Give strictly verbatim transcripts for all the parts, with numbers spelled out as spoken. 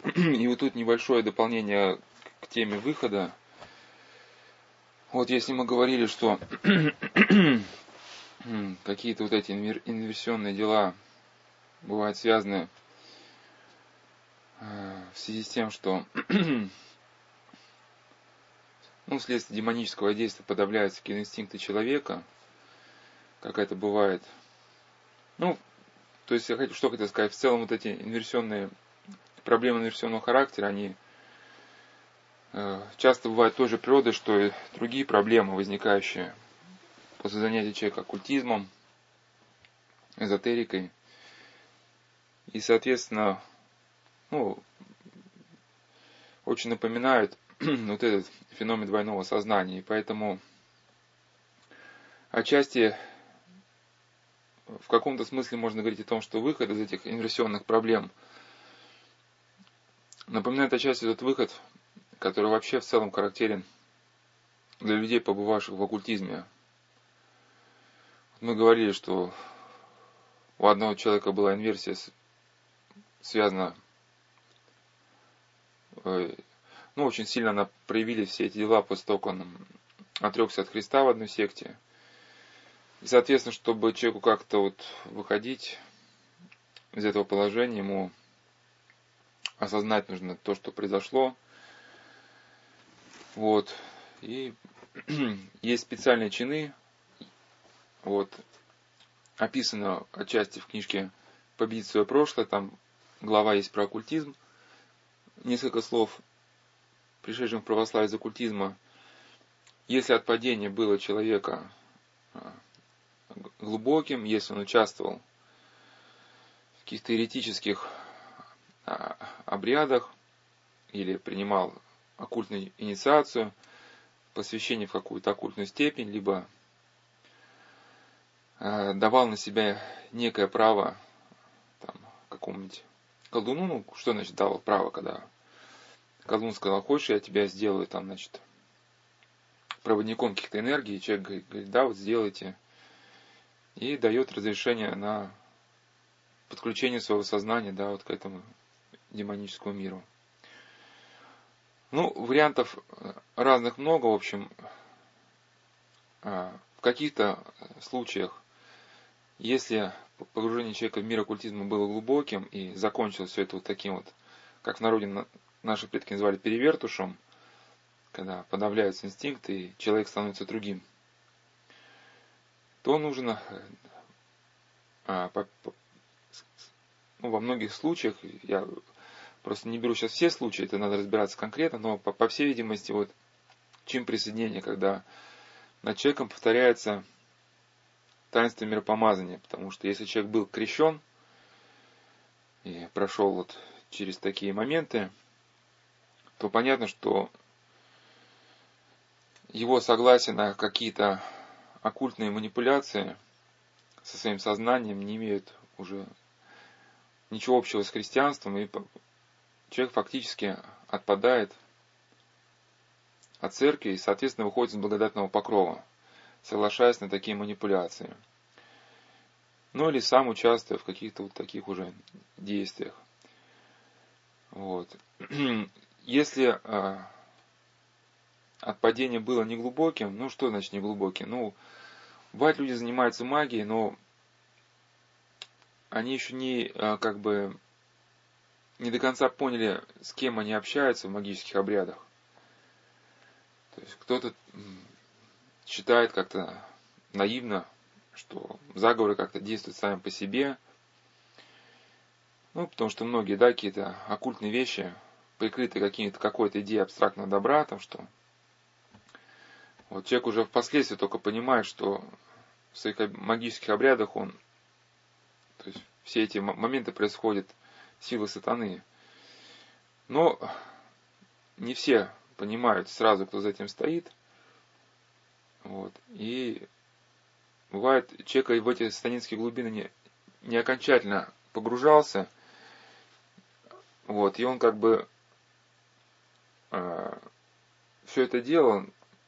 И вот тут небольшое дополнение к теме выхода. Вот если мы говорили, что какие-то вот эти инверсионные дела бывают связаны в связи с тем, что ну, вследствие демонического действия подавляются какие-то инстинкты человека, как это бывает. Ну, то есть, я хочу, что хотел сказать, в целом вот эти инверсионные, проблемы инверсионного характера, они э, часто бывают той же природы, что и другие проблемы, возникающие после занятия человека оккультизмом, эзотерикой. И, соответственно, ну, очень напоминают вот этот феномен двойного сознания. И поэтому отчасти в каком-то смысле можно говорить о том, что выход из этих инверсионных проблем напоминает отчасти тот выход, который вообще в целом характерен для людей, побывавших в оккультизме. Мы говорили, что у одного человека была инверсия, связана, ну, очень сильно она проявились все эти дела после того, как он отрекся от Христа в одной секте. И, соответственно, чтобы человеку как-то вот выходить из этого положения, ему осознать нужно то, что произошло. Вот. И есть специальные чины. Вот. Описано отчасти в книжке «Победить свое прошлое». Там глава есть про оккультизм. Несколько слов, пришедшим в православие из оккультизма. Если отпадение было человека глубоким, если он участвовал в каких-то еретических обрядах или принимал оккультную инициацию, посвящение в какую-то оккультную степень, либо давал на себя некое право там, какому-нибудь колдуну, ну, что значит давал право, когда колдун сказал, хочешь, я тебя сделаю, там, значит, проводником каких-то энергий, человек говорит, говорит, да, вот сделайте, и дает разрешение на подключение своего сознания, да, вот к этому демоническому миру. Ну, вариантов разных много, в общем, в каких-то случаях, если погружение человека в мир оккультизма было глубоким и закончилось все это вот таким вот, как в народе наши предки называли перевертушем, когда подавляются инстинкты и человек становится другим, то нужно а, по, по, ну, во многих случаях, я просто не беру сейчас все случаи, это надо разбираться конкретно, но по, по всей видимости вот чин присоединения, когда над человеком повторяется таинство миропомазания, потому что если человек был крещен и прошел вот через такие моменты, то понятно, что его согласие на какие-то оккультные манипуляции со своим сознанием не имеют уже ничего общего с христианством, и человек фактически отпадает от церкви и, соответственно, выходит из благодатного покрова, соглашаясь на такие манипуляции. Ну или сам участвуя в каких-то вот таких уже действиях. Вот. Если а, отпадение было неглубоким, ну что значит неглубоким? Ну, бывает, люди занимаются магией, но они еще не, а, как бы, не до конца поняли, с кем они общаются в магических обрядах. То есть кто-то считает как-то наивно, что заговоры как-то действуют сами по себе. Ну, потому что многие, да, какие-то оккультные вещи, прикрыты какими-то какой-то идеей абстрактного добра, там что вот человек уже впоследствии только понимает, что в своих магических обрядах он, то есть все эти моменты происходят силы сатаны. Но не все понимают сразу, кто за этим стоит. Вот. И бывает, человек в эти сатанинские глубины не, не окончательно погружался, вот, и он как бы э, все это делал,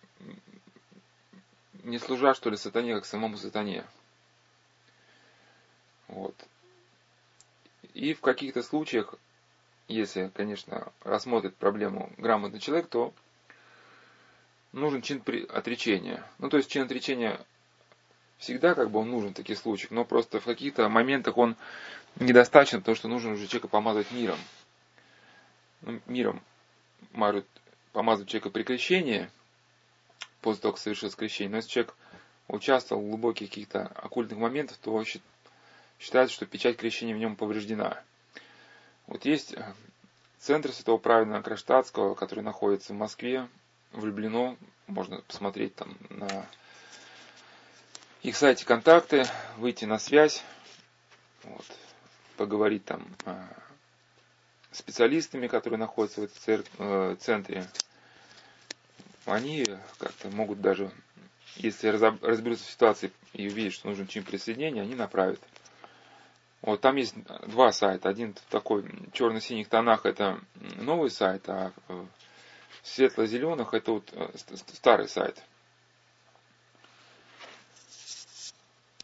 не служа, что ли, сатане, как самому сатане. Вот. И в каких-то случаях если, конечно, рассмотрит проблему грамотный человек, то нужен чин отречения. Ну, то есть чин отречения всегда как бы он нужен в таких случаях, но просто в каких-то моментах он недостаточно, потому что нужно уже человека помазать миром. Ну, миром мажут, помазать человека при крещении, после того, как совершил крещение. Но если человек участвовал в глубоких каких-то оккультных моментах, то считается, что печать крещения в нем повреждена. Вот есть центр Святого Праведного Кронштадтского, который находится в Москве, в Люблино. Можно посмотреть там на их сайте контакты, выйти на связь, вот, поговорить там с специалистами, которые находятся в этом центре. Они как-то могут даже, если разберутся в ситуации и увидят, что нужен чин присоединения, они направят. Вот там есть два сайта. Один в такой черно-синих тонах это новый сайт, а в светло-зеленых это вот старый сайт.